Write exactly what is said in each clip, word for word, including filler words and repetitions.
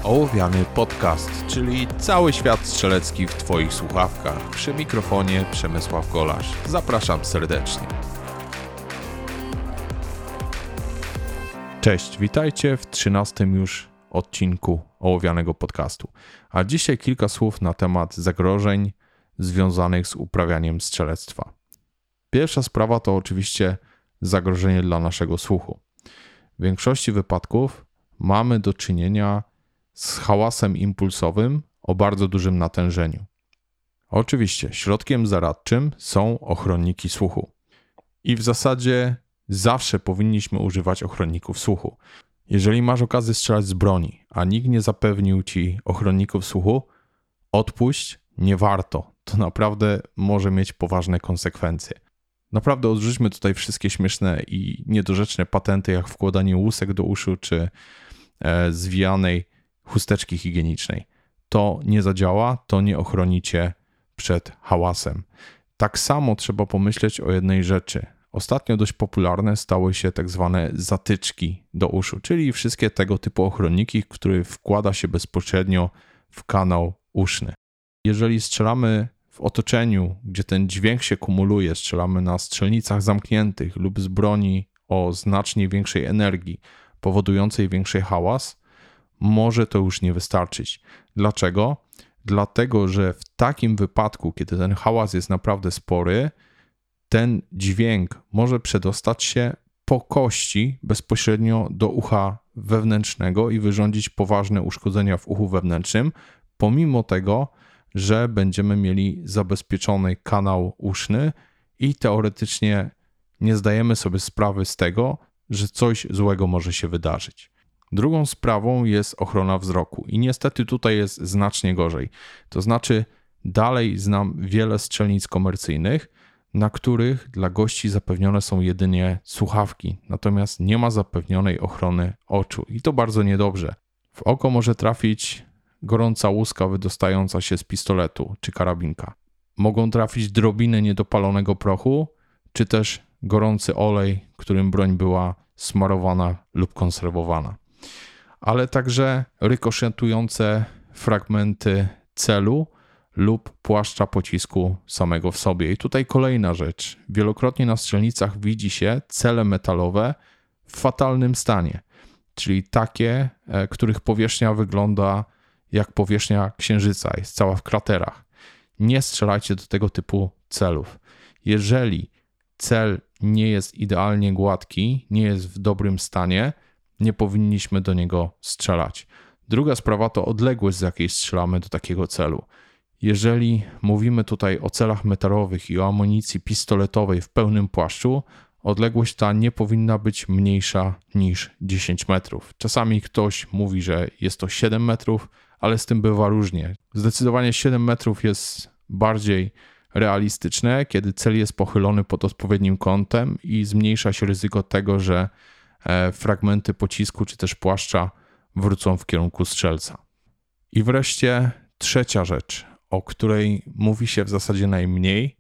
Ołowiany podcast, czyli cały świat strzelecki w Twoich słuchawkach. Przy mikrofonie Przemysław Golasz. Zapraszam serdecznie. Cześć, witajcie w trzynastym już odcinku Ołowianego podcastu. A dzisiaj kilka słów na temat zagrożeń związanych z uprawianiem strzelectwa. Pierwsza sprawa to oczywiście zagrożenie dla naszego słuchu. W większości wypadków mamy do czynienia z hałasem impulsowym o bardzo dużym natężeniu. Oczywiście środkiem zaradczym są ochronniki słuchu. I w zasadzie zawsze powinniśmy używać ochronników słuchu. Jeżeli masz okazję strzelać z broni, a nikt nie zapewnił ci ochronników słuchu, odpuść, nie warto. To naprawdę może mieć poważne konsekwencje. Naprawdę odrzućmy tutaj wszystkie śmieszne i niedorzeczne patenty, jak wkładanie łusek do uszu czy e, zwijanej chusteczki higienicznej. To nie zadziała, to nie ochroni cię przed hałasem. Tak samo trzeba pomyśleć o jednej rzeczy. Ostatnio dość popularne stały się tak zwane zatyczki do uszu, czyli wszystkie tego typu ochronniki, które wkłada się bezpośrednio w kanał uszny. Jeżeli strzelamy w otoczeniu, gdzie ten dźwięk się kumuluje, strzelamy na strzelnicach zamkniętych lub z broni o znacznie większej energii, powodującej większy hałas, może to już nie wystarczyć. Dlaczego? Dlatego, że w takim wypadku, kiedy ten hałas jest naprawdę spory, ten dźwięk może przedostać się po kości bezpośrednio do ucha wewnętrznego i wyrządzić poważne uszkodzenia w uchu wewnętrznym, pomimo tego, że będziemy mieli zabezpieczony kanał uszny i teoretycznie nie zdajemy sobie sprawy z tego, że coś złego może się wydarzyć. Drugą sprawą jest ochrona wzroku i niestety tutaj jest znacznie gorzej. To znaczy dalej znam wiele strzelnic komercyjnych, na których dla gości zapewnione są jedynie słuchawki, natomiast nie ma zapewnionej ochrony oczu i to bardzo niedobrze. W oko może trafić gorąca łuska wydostająca się z pistoletu czy karabinka. Mogą trafić drobiny niedopalonego prochu, czy też gorący olej, którym broń była smarowana lub konserwowana. Ale także rykoszetujące fragmenty celu lub płaszcza pocisku samego w sobie. I tutaj kolejna rzecz. Wielokrotnie na strzelnicach widzi się cele metalowe w fatalnym stanie, czyli takie, których powierzchnia wygląda jak powierzchnia księżyca, jest cała w kraterach. Nie strzelajcie do tego typu celów. Jeżeli cel nie jest idealnie gładki, nie jest w dobrym stanie, nie powinniśmy do niego strzelać. Druga sprawa to odległość, z jakiej strzelamy do takiego celu. Jeżeli mówimy tutaj o celach metalowych i o amunicji pistoletowej w pełnym płaszczu, odległość ta nie powinna być mniejsza niż dziesięć metrów. Czasami ktoś mówi, że jest to siedem metrów, ale z tym bywa różnie. Zdecydowanie siedem metrów jest bardziej realistyczne, kiedy cel jest pochylony pod odpowiednim kątem i zmniejsza się ryzyko tego, że fragmenty pocisku czy też płaszcza wrócą w kierunku strzelca. I wreszcie trzecia rzecz, o której mówi się w zasadzie najmniej,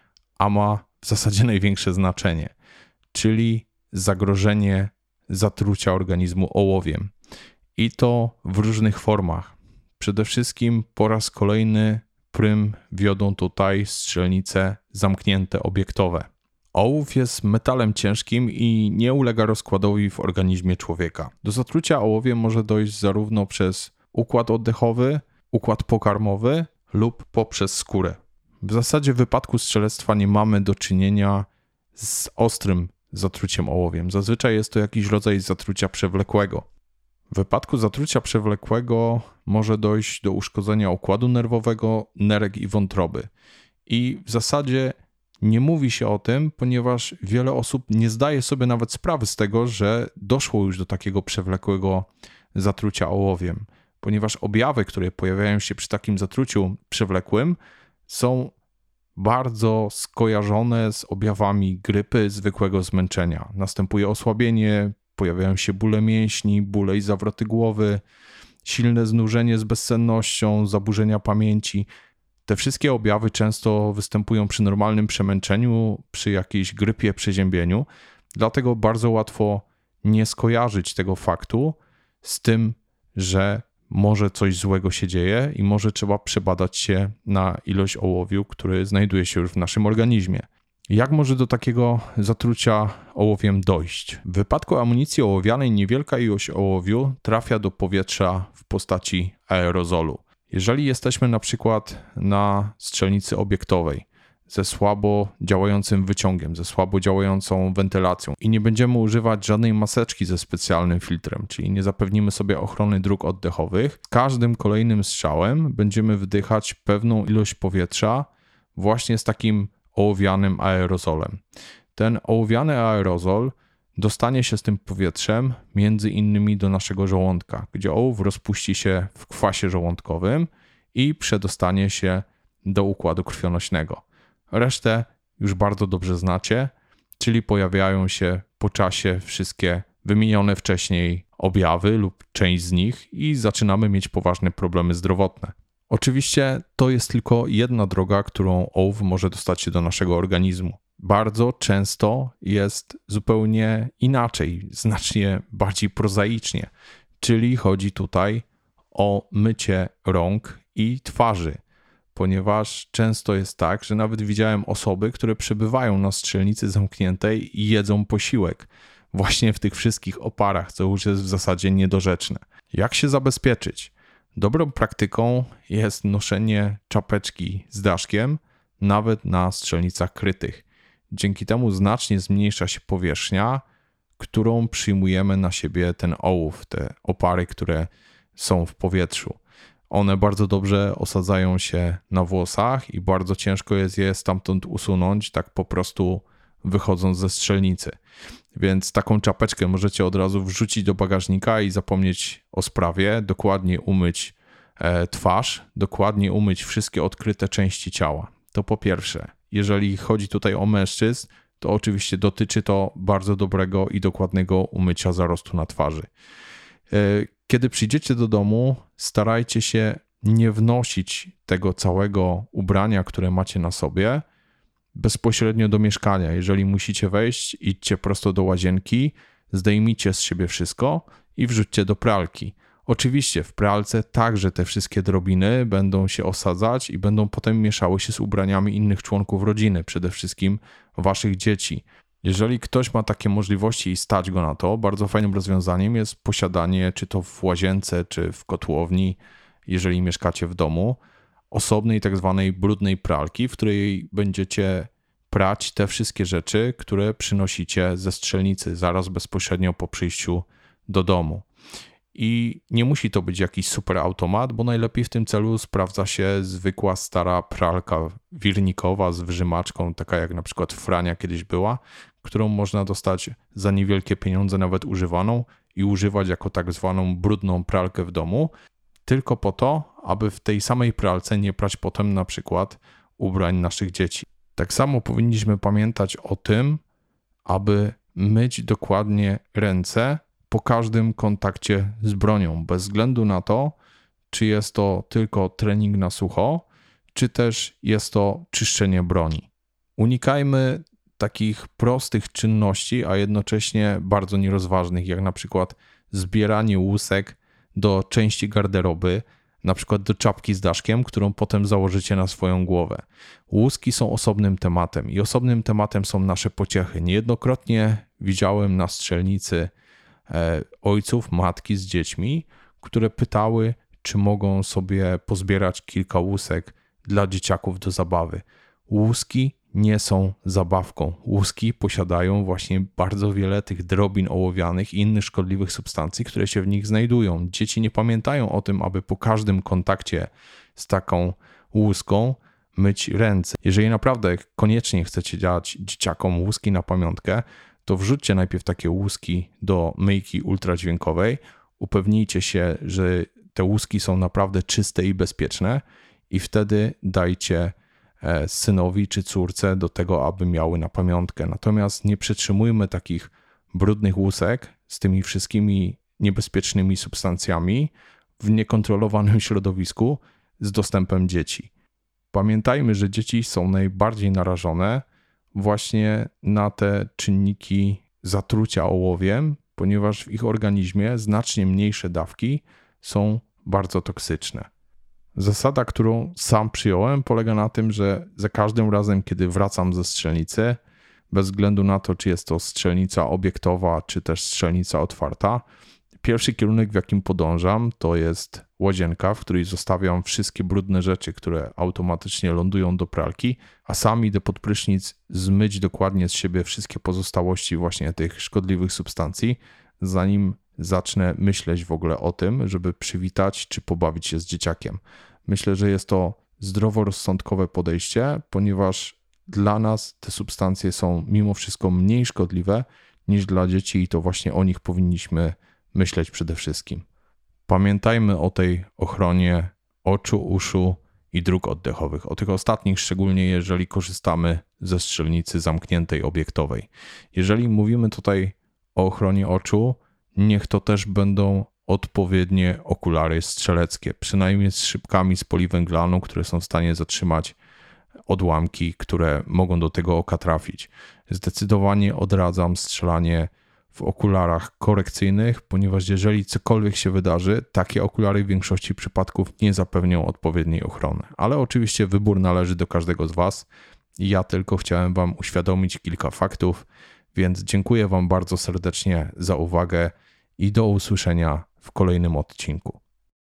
a ma w zasadzie największe znaczenie, czyli zagrożenie zatrucia organizmu ołowiem. I to w różnych formach. Przede wszystkim po raz kolejny prym wiodą tutaj strzelnice zamknięte obiektowe. Ołów jest metalem ciężkim i nie ulega rozkładowi w organizmie człowieka. Do zatrucia ołowiem może dojść zarówno przez układ oddechowy, układ pokarmowy lub poprzez skórę. W zasadzie w wypadku strzelectwa nie mamy do czynienia z ostrym zatruciem ołowiem. Zazwyczaj jest to jakiś rodzaj zatrucia przewlekłego. W wypadku zatrucia przewlekłego może dojść do uszkodzenia układu nerwowego, nerek i wątroby. I w zasadzie nie mówi się o tym, ponieważ wiele osób nie zdaje sobie nawet sprawy z tego, że doszło już do takiego przewlekłego zatrucia ołowiem. Ponieważ objawy, które pojawiają się przy takim zatruciu przewlekłym, są bardzo skojarzone z objawami grypy, zwykłego zmęczenia. Następuje osłabienie, pojawiają się bóle mięśni, bóle i zawroty głowy, silne znużenie z bezsennością, zaburzenia pamięci. Te wszystkie objawy często występują przy normalnym przemęczeniu, przy jakiejś grypie, przeziębieniu, dlatego bardzo łatwo nie skojarzyć tego faktu z tym, że może coś złego się dzieje i może trzeba przebadać się na ilość ołowiu, który znajduje się już w naszym organizmie. Jak może do takiego zatrucia ołowiem dojść? W wypadku amunicji ołowianej niewielka ilość ołowiu trafia do powietrza w postaci aerozolu. Jeżeli jesteśmy na przykład na strzelnicy obiektowej ze słabo działającym wyciągiem, ze słabo działającą wentylacją i nie będziemy używać żadnej maseczki ze specjalnym filtrem, czyli nie zapewnimy sobie ochrony dróg oddechowych, z każdym kolejnym strzałem będziemy wdychać pewną ilość powietrza właśnie z takim ołowianym aerozolem. Ten ołowiany aerozol dostanie się z tym powietrzem między innymi do naszego żołądka, gdzie ołów rozpuści się w kwasie żołądkowym i przedostanie się do układu krwionośnego. Resztę już bardzo dobrze znacie, czyli pojawiają się po czasie wszystkie wymienione wcześniej objawy lub część z nich i zaczynamy mieć poważne problemy zdrowotne. Oczywiście to jest tylko jedna droga, którą ołów może dostać się do naszego organizmu. Bardzo często jest zupełnie inaczej, znacznie bardziej prozaicznie, czyli chodzi tutaj o mycie rąk i twarzy, ponieważ często jest tak, że nawet widziałem osoby, które przebywają na strzelnicy zamkniętej i jedzą posiłek właśnie w tych wszystkich oparach, co już jest w zasadzie niedorzeczne. Jak się zabezpieczyć? Dobrą praktyką jest noszenie czapeczki z daszkiem, nawet na strzelnicach krytych. Dzięki temu znacznie zmniejsza się powierzchnia, którą przyjmujemy na siebie ten ołów, te opary, które są w powietrzu. One bardzo dobrze osadzają się na włosach i bardzo ciężko jest je stamtąd usunąć, tak po prostu wychodząc ze strzelnicy. Więc taką czapeczkę możecie od razu wrzucić do bagażnika i zapomnieć o sprawie, dokładnie umyć e, twarz, dokładnie umyć wszystkie odkryte części ciała. To po pierwsze. Jeżeli chodzi tutaj o mężczyzn, to oczywiście dotyczy to bardzo dobrego i dokładnego umycia zarostu na twarzy. E, kiedy przyjdziecie do domu, starajcie się nie wnosić tego całego ubrania, które macie na sobie, bezpośrednio do mieszkania. Jeżeli musicie wejść, idźcie prosto do łazienki, zdejmijcie z siebie wszystko i wrzućcie do pralki. Oczywiście w pralce także te wszystkie drobiny będą się osadzać i będą potem mieszały się z ubraniami innych członków rodziny, przede wszystkim waszych dzieci. Jeżeli ktoś ma takie możliwości i stać go na to, bardzo fajnym rozwiązaniem jest posiadanie, czy to w łazience, czy w kotłowni, jeżeli mieszkacie w domu, osobnej tak zwanej brudnej pralki, w której będziecie prać te wszystkie rzeczy, które przynosicie ze strzelnicy zaraz bezpośrednio po przyjściu do domu. I nie musi to być jakiś super automat, bo najlepiej w tym celu sprawdza się zwykła stara pralka wirnikowa z wyżymaczką, taka jak na przykład Frania kiedyś była, którą można dostać za niewielkie pieniądze, nawet używaną i używać jako tak zwaną brudną pralkę w domu, tylko po to, aby w tej samej pralce nie prać potem na przykład ubrań naszych dzieci. Tak samo powinniśmy pamiętać o tym, aby myć dokładnie ręce po każdym kontakcie z bronią, bez względu na to, czy jest to tylko trening na sucho, czy też jest to czyszczenie broni. Unikajmy takich prostych czynności, a jednocześnie bardzo nierozważnych, jak na przykład zbieranie łusek do części garderoby, na przykład do czapki z daszkiem, którą potem założycie na swoją głowę. Łuski są osobnym tematem i osobnym tematem są nasze pociechy. Niejednokrotnie widziałem na strzelnicy e, ojców, matki z dziećmi, które pytały, czy mogą sobie pozbierać kilka łusek dla dzieciaków do zabawy. Łuski nie są zabawką. Łuski posiadają właśnie bardzo wiele tych drobin ołowianych i innych szkodliwych substancji, które się w nich znajdują. Dzieci nie pamiętają o tym, aby po każdym kontakcie z taką łuską myć ręce. Jeżeli naprawdę koniecznie chcecie dać dzieciakom łuski na pamiątkę, to wrzućcie najpierw takie łuski do myjki ultradźwiękowej, upewnijcie się, że te łuski są naprawdę czyste i bezpieczne i wtedy dajcie synowi czy córce do tego, aby miały na pamiątkę. Natomiast nie przytrzymujmy takich brudnych łusek z tymi wszystkimi niebezpiecznymi substancjami w niekontrolowanym środowisku z dostępem dzieci. Pamiętajmy, że dzieci są najbardziej narażone właśnie na te czynniki zatrucia ołowiem, ponieważ w ich organizmie znacznie mniejsze dawki są bardzo toksyczne. Zasada, którą sam przyjąłem, polega na tym, że za każdym razem, kiedy wracam ze strzelnicy, bez względu na to, czy jest to strzelnica obiektowa, czy też strzelnica otwarta, pierwszy kierunek, w jakim podążam, to jest łazienka, w której zostawiam wszystkie brudne rzeczy, które automatycznie lądują do pralki, a sam idę pod prysznic zmyć dokładnie z siebie wszystkie pozostałości właśnie tych szkodliwych substancji, zanim zacznę myśleć w ogóle o tym, żeby przywitać czy pobawić się z dzieciakiem. Myślę, że jest to zdroworozsądkowe podejście, ponieważ dla nas te substancje są mimo wszystko mniej szkodliwe niż dla dzieci i to właśnie o nich powinniśmy myśleć przede wszystkim. Pamiętajmy o tej ochronie oczu, uszu i dróg oddechowych. O tych ostatnich szczególnie, jeżeli korzystamy ze strzelnicy zamkniętej, obiektowej. Jeżeli mówimy tutaj o ochronie oczu, niech to też będą odpowiednie okulary strzeleckie, przynajmniej z szybkami z poliwęglaną, które są w stanie zatrzymać odłamki, które mogą do tego oka trafić. Zdecydowanie odradzam strzelanie w okularach korekcyjnych, ponieważ jeżeli cokolwiek się wydarzy, takie okulary w większości przypadków nie zapewnią odpowiedniej ochrony. Ale oczywiście wybór należy do każdego z Was. Ja tylko chciałem Wam uświadomić kilka faktów, więc dziękuję Wam bardzo serdecznie za uwagę i do usłyszenia w kolejnym odcinku.